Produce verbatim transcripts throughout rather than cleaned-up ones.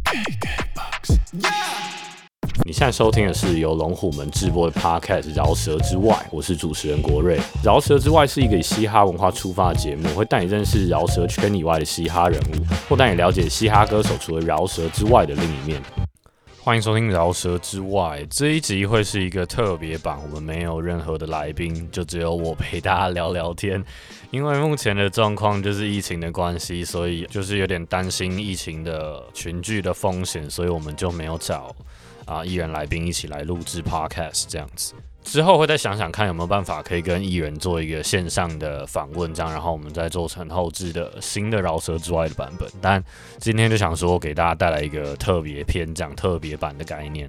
你现在收听的是由龙虎门制播的 Podcast《饶舌之外》，我是主持人国瑞。《饶舌之外》是一个以嘻哈文化出发的节目，会带你认识饶舌圈以外的嘻哈人物，或带你了解嘻哈歌手除了饶舌之外的另一面。欢迎收听《饶舌之外》，这一集会是一个特别版，我们没有任何的来宾，就只有我陪大家聊聊天。因为目前的状况就是疫情的关系，所以就是有点担心疫情的群聚的风险，所以我们就没有找啊艺人来宾一起来录制 podcast 这样子。之后会再想想看有没有办法可以跟艺人做一个线上的访问，这样，然后我们再做成后制的新的饶舌之外的版本。但今天就想说给大家带来一个特别篇，这样特别版的概念。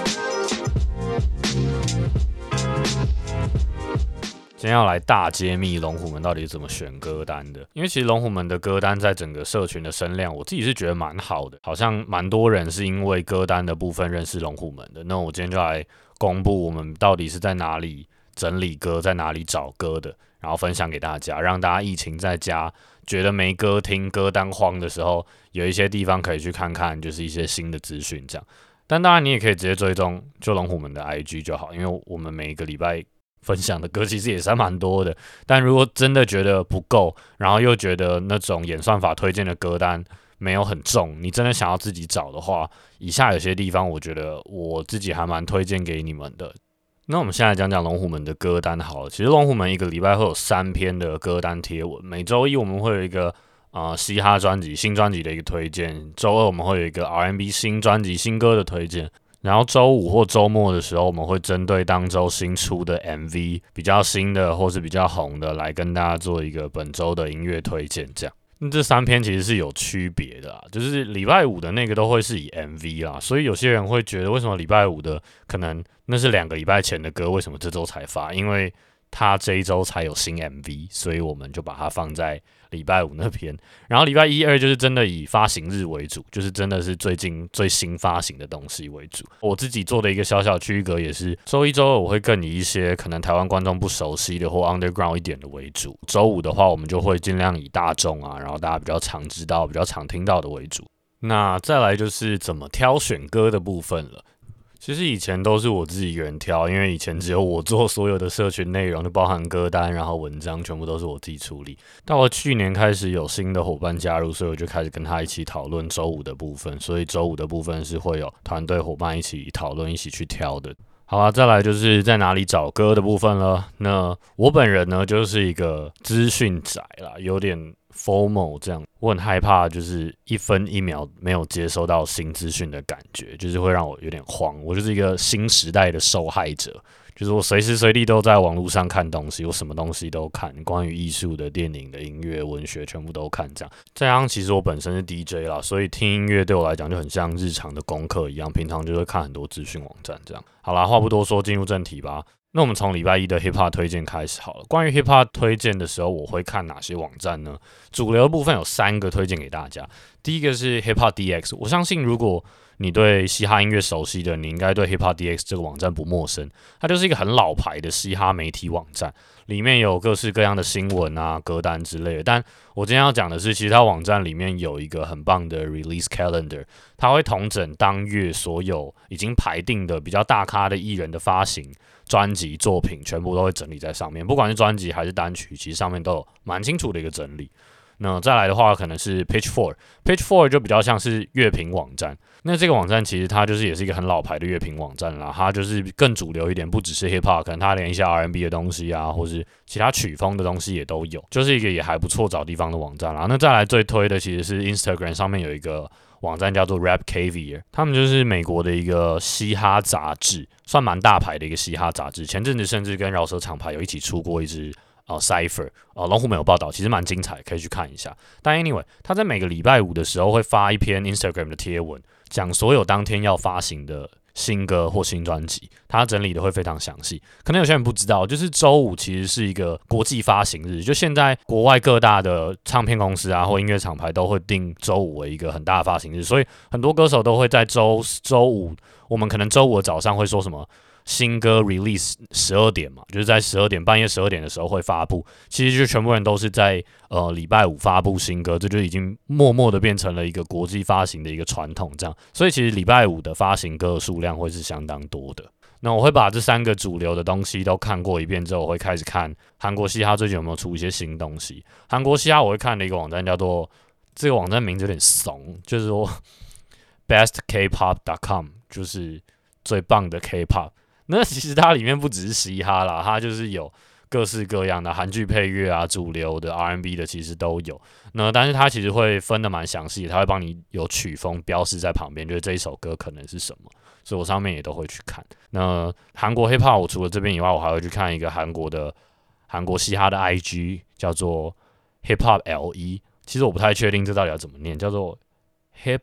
今天要来大揭秘龙虎门到底是怎么选歌单的，因为其实龙虎门的歌单在整个社群的声量，我自己是觉得蛮好的，好像蛮多人是因为歌单的部分认识龙虎门的。那我今天就来公布我们到底是在哪里整理歌，在哪里找歌的，然后分享给大家，让大家疫情在家觉得没歌听、歌单荒的时候，有一些地方可以去看看，就是一些新的资讯这样。但当然你也可以直接追踪就龙虎门的 I G 就好，因为我们每一个礼拜分享的歌其实也是蛮多的，但如果真的觉得不够，然后又觉得那种演算法推荐的歌单没有很重，你真的想要自己找的话，以下有些地方我觉得我自己还蛮推荐给你们的。那我们现在讲讲龙虎门的歌单好了。其实龙虎门一个礼拜会有三篇的歌单贴文，每周一我们会有一个呃嘻哈专辑新专辑的一个推荐，周二我们会有一个 R and B 新专辑新歌的推荐。然后周五或周末的时候，我们会针对当周新出的 M V 比较新的或是比较红的，来跟大家做一个本周的音乐推荐。这样，那这三篇其实是有区别的啦，就是礼拜五的那个都会是以 M V 啦，所以有些人会觉得为什么礼拜五的可能那是两个礼拜前的歌，为什么这周才发？因为他这一周才有新 M V， 所以我们就把它放在礼拜五那边。然后礼拜一、二就是真的以发行日为主，就是真的是最近最新发行的东西为主。我自己做的一个小小区隔也是，周一、周二我会更以一些可能台湾观众不熟悉的或 underground 一点的为主。周五的话，我们就会尽量以大众啊，然后大家比较常知道、比较常听到的为主。那再来就是怎么挑选歌的部分了。其实以前都是我自己一个人挑，因为以前只有我做所有的社群内容，就包含歌单，然后文章，全部都是我自己处理。到了去年开始有新的伙伴加入，所以我就开始跟他一起讨论周五的部分，所以周五的部分是会有团队伙伴一起讨论、一起去挑的。好啦，再来就是在哪里找歌的部分了。那我本人呢，就是一个资讯宅啦，有点 FOMO 这样，我很害怕就是一分一秒没有接收到新资讯的感觉，就是会让我有点慌。我就是一个新时代的受害者，就是我随时随地都在网络上看东西，我什么东西都看，关于艺术的、电影的、音乐、文学全部都看这样。再加上其实我本身是 D J 啦，所以听音乐对我来讲就很像日常的功课一样，平常就会看很多资讯网站这样。好啦，话不多说，进入正题吧。那我们从礼拜一的 Hip Hop 推荐开始好了。关于 Hip Hop 推荐的时候，我会看哪些网站呢？主流的部分有三个推荐给大家。第一个是 Hip Hop D X， 我相信如果你对嘻哈音乐熟悉的，你应该对 Hip Hop D X 这个网站不陌生。它就是一个很老牌的嘻哈媒体网站，里面有各式各样的新闻啊、歌单之类的。但我今天要讲的是，其实它网站里面有一个很棒的 Release Calendar， 它会统整当月所有已经排定的比较大咖的艺人的发行专辑作品，全部都会整理在上面。不管是专辑还是单曲，其实上面都有蛮清楚的一个整理。那再来的话，可能是 Pitchfork，Pitchfork 就比较像是乐评网站。那这个网站其实它就是也是一个很老牌的乐评网站啦，它就是更主流一点，不只是 Hip Hop， 可能它连一些 R and B 的东西啊，或是其他曲风的东西也都有，就是一个也还不错找地方的网站啦。那再来最推的其实是 Instagram 上面有一个网站叫做 Rap Caviar， 他们就是美国的一个嘻哈杂志，算蛮大牌的一个嘻哈杂志。前阵子甚至跟饶舌厂牌有一起出过一支呃 Cypher， 呃龙虎门有报道，其实蛮精彩，可以去看一下。但 anyway， 他在每个礼拜五的时候会发一篇 Instagram 的贴文，讲所有当天要发行的新歌或新专辑，他整理的会非常详细。可能有些人不知道，就是周五其实是一个国际发行日，就现在国外各大的唱片公司啊或音乐厂牌都会定周五为一个很大的发行日，所以很多歌手都会在周周五，我们可能周五的早上会说什么新歌 release 十二点嘛，就是在十二点半夜十二点的时候会发布，其实就全部人都是在呃礼拜五发布新歌，这就已经默默的变成了一个国际发行的一个传统，这样，所以其实礼拜五的发行歌的数量会是相当多的。那我会把这三个主流的东西都看过一遍之后，我会开始看韩国嘻哈最近有没有出一些新东西。韩国嘻哈我会看的一个网站叫做，这个网站名字有点怂，就是说 best k pop dot com， 就是最棒的 K-pop。那其实它里面不只是嘻哈啦，它就是有各式各样的韩剧配乐啊，主流的 R and B 的其实都有。那但是它其实会分得蛮详细的，它会帮你有曲风标示在旁边，就是这一首歌可能是什么。所以我上面也都会去看。那韩国 Hip Hop 我除了这边以外，我还会去看一个韩国的韩国嘻哈的 I G， 叫做 Hip Hop L E。其实我不太确定这到底要怎么念，叫做 Hip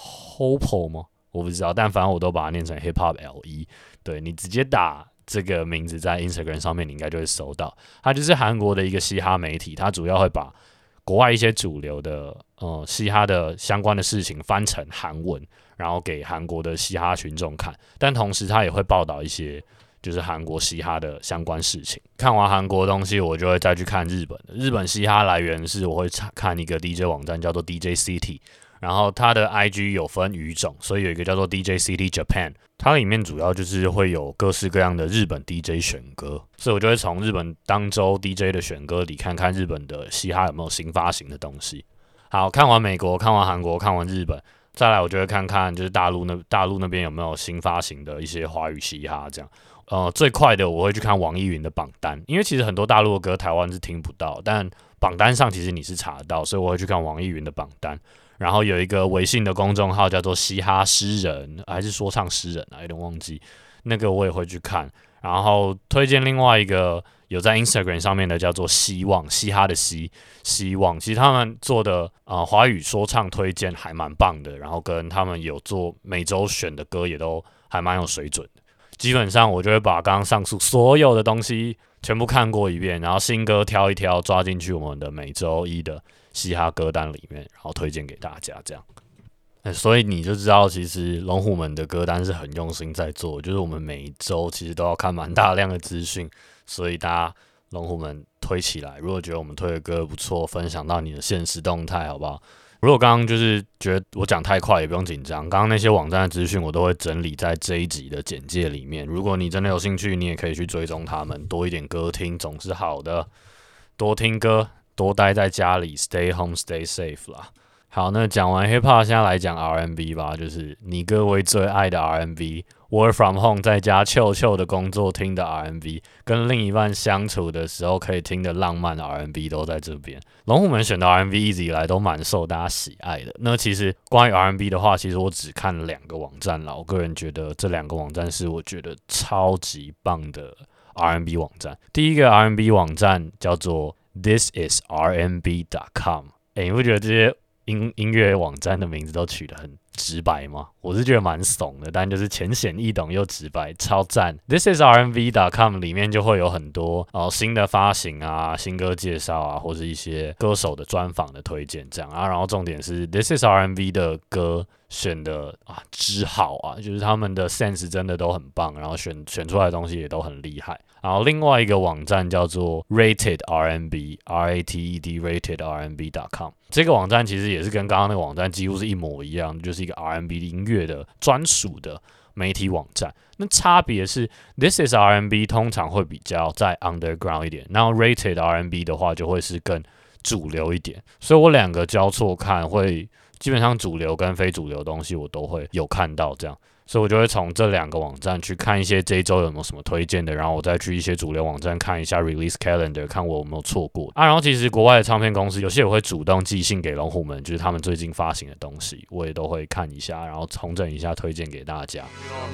Hop 吗？我不知道，但反正我都把它念成 Hip Hop L E。对，你直接打这个名字在 Instagram 上面，你应该就会搜到。它就是韩国的一个嘻哈媒体，它主要会把国外一些主流的呃嘻哈的相关的事情翻成韩文，然后给韩国的嘻哈群众看，但同时他也会报道一些就是韩国嘻哈的相关事情。看完韩国的东西，我就会再去看日本的。日本嘻哈来源是我会看一个 D J 网站叫做 D J City， 然后它的 I G 有分语种，所以有一个叫做 D J City Japan， 它里面主要就是会有各式各样的日本 D J 选歌，所以我就会从日本当周 D J 的选歌里看看日本的嘻哈有没有新发行的东西。好，看完美国，看完韩国，看完日本。再来，我就会看看就是大陆那大陆那边有没有新发行的一些华语嘻哈这样。呃，最快的我会去看网易云的榜单，因为其实很多大陆的歌台湾是听不到，但榜单上其实你是查得到，所以我会去看网易云的榜单。然后有一个微信的公众号叫做嘻哈诗人，还是说唱诗人啊，有点忘记，那个我也会去看。然后推荐另外一个有在 Instagram 上面的叫做希望，嘻哈的希，希望，其实他们做的呃华语说唱推荐还蛮棒的，然后跟他们有做每周选的歌也都还蛮有水准的。基本上我就会把刚刚上述所有的东西全部看过一遍，然后新歌挑一挑抓进去我们的每周一的嘻哈歌单里面，然后推荐给大家这样。所以你就知道，其实龙虎门的歌单是很用心在做，就是我们每一周其实都要看蛮大量的资讯，所以大家龙虎门推起来。如果觉得我们推的歌不错，分享到你的现实动态，好不好？如果刚刚就是觉得我讲太快，也不用紧张，刚刚那些网站的资讯我都会整理在这一集的简介里面。如果你真的有兴趣，你也可以去追踪他们，多一点歌听总是好的，多听歌，多待在家里 ，stay home, stay safe 啦。好，那讲完 Hip Hop， 现在来讲 R and B 吧，就是你各位最爱的 R and B，Work from home 在家臭臭的工作听的 R and B， 跟另一半相处的时候可以听的浪漫的 R and B 都在这边。龙虎门选的 R and B 一直以来都蛮受大家喜爱的。那其实关于 R and B 的话，其实我只看了两个网站啦，我个人觉得这两个网站是我觉得超级棒的 R and B 网站。第一个 R and B 网站叫做 This is R and B dot com， 哎、欸，你不觉得这些音音乐网站的名字都取得很直白吗？我是觉得蛮怂的，但就是浅显易懂又直白，超赞。This is R and B dot com 里面就会有很多哦新的发行啊、新歌介绍啊，或是一些歌手的专访的推荐这样啊。然后重点是 This is R and B 的歌选的啊之好啊，就是他们的 sense 真的都很棒，然后选选出来的东西也都很厉害。然后另外一个网站叫做 Rated R and B，R A T E D Rated R and B dot com。这个网站其实也是跟刚刚那个网站几乎是一模一样，就是一个 R and B 音乐的专属的媒体网站。那差别是 This is R and B 通常会比较在 underground 一点，然后 Rated R and B 的话就会是更主流一点。所以我两个交错看，会基本上主流跟非主流的东西我都会有看到这样。所以我就会从这两个网站去看一些这一周有没有什么推荐的，然后我再去一些主流网站看一下 release calendar， 看我有没有错过啊。然后其实国外的唱片公司有些也会主动寄信给龙虎门，就是他们最近发行的东西，我也都会看一下，然后重整一下推荐给大家。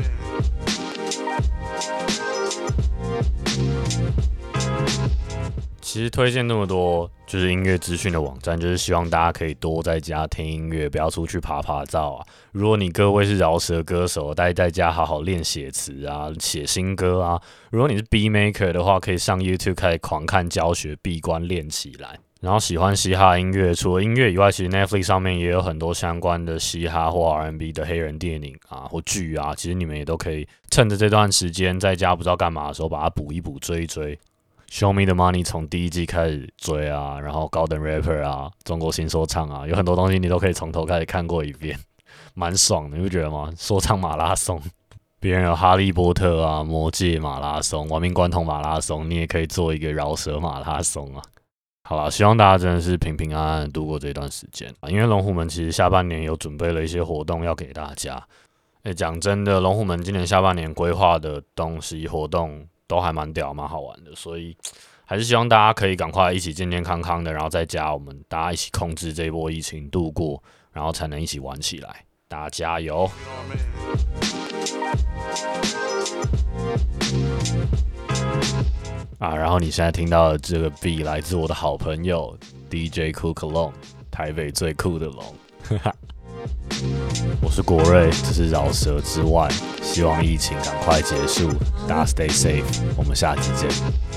其实推荐那么多就是音乐资讯的网站，就是希望大家可以多在家听音乐，不要出去爬爬照啊。如果你各位是饶舌歌手，待在家好好练写词啊，写新歌啊。如果你是 beat maker 的话，可以上 YouTube 开始狂看教学，闭关练起来。 然后喜欢嘻哈音乐，除了音乐以外，其实 Netflix 上面也有很多相关的嘻哈或 R and B 的黑人电影啊，或剧啊，其实你们也都可以趁着这段时间在家不知道干嘛的时候，把它补一补、追一追。Show Me the Money 从第一季开始追啊，然后高等 rapper 啊，中国新说唱啊，有很多东西你都可以从头开始看过一遍，蛮爽的，你不觉得吗？说唱马拉松。别人有哈利波特啊、魔戒马拉松、亡命关头马拉松，你也可以做一个饶舌马拉松啊。好啦，希望大家真的是平平安安的度过这段时间啊。因为龙虎门其实下半年有准备了一些活动要给大家。诶，讲真的，龙虎门今年下半年规划的东西活动都还蛮屌、蛮好玩的，所以还是希望大家可以赶快一起健健康康的，然后在家我们大家一起控制这一波疫情度过，然后才能一起玩起来。大家加油！啊，然后你现在听到的这个 beat 来自我的好朋友 D J Cool Cologne， 台北最酷的龙。我是国瑞，这是饶舌之外，希望疫情赶快结束，大家 stay safe， 我们下期见。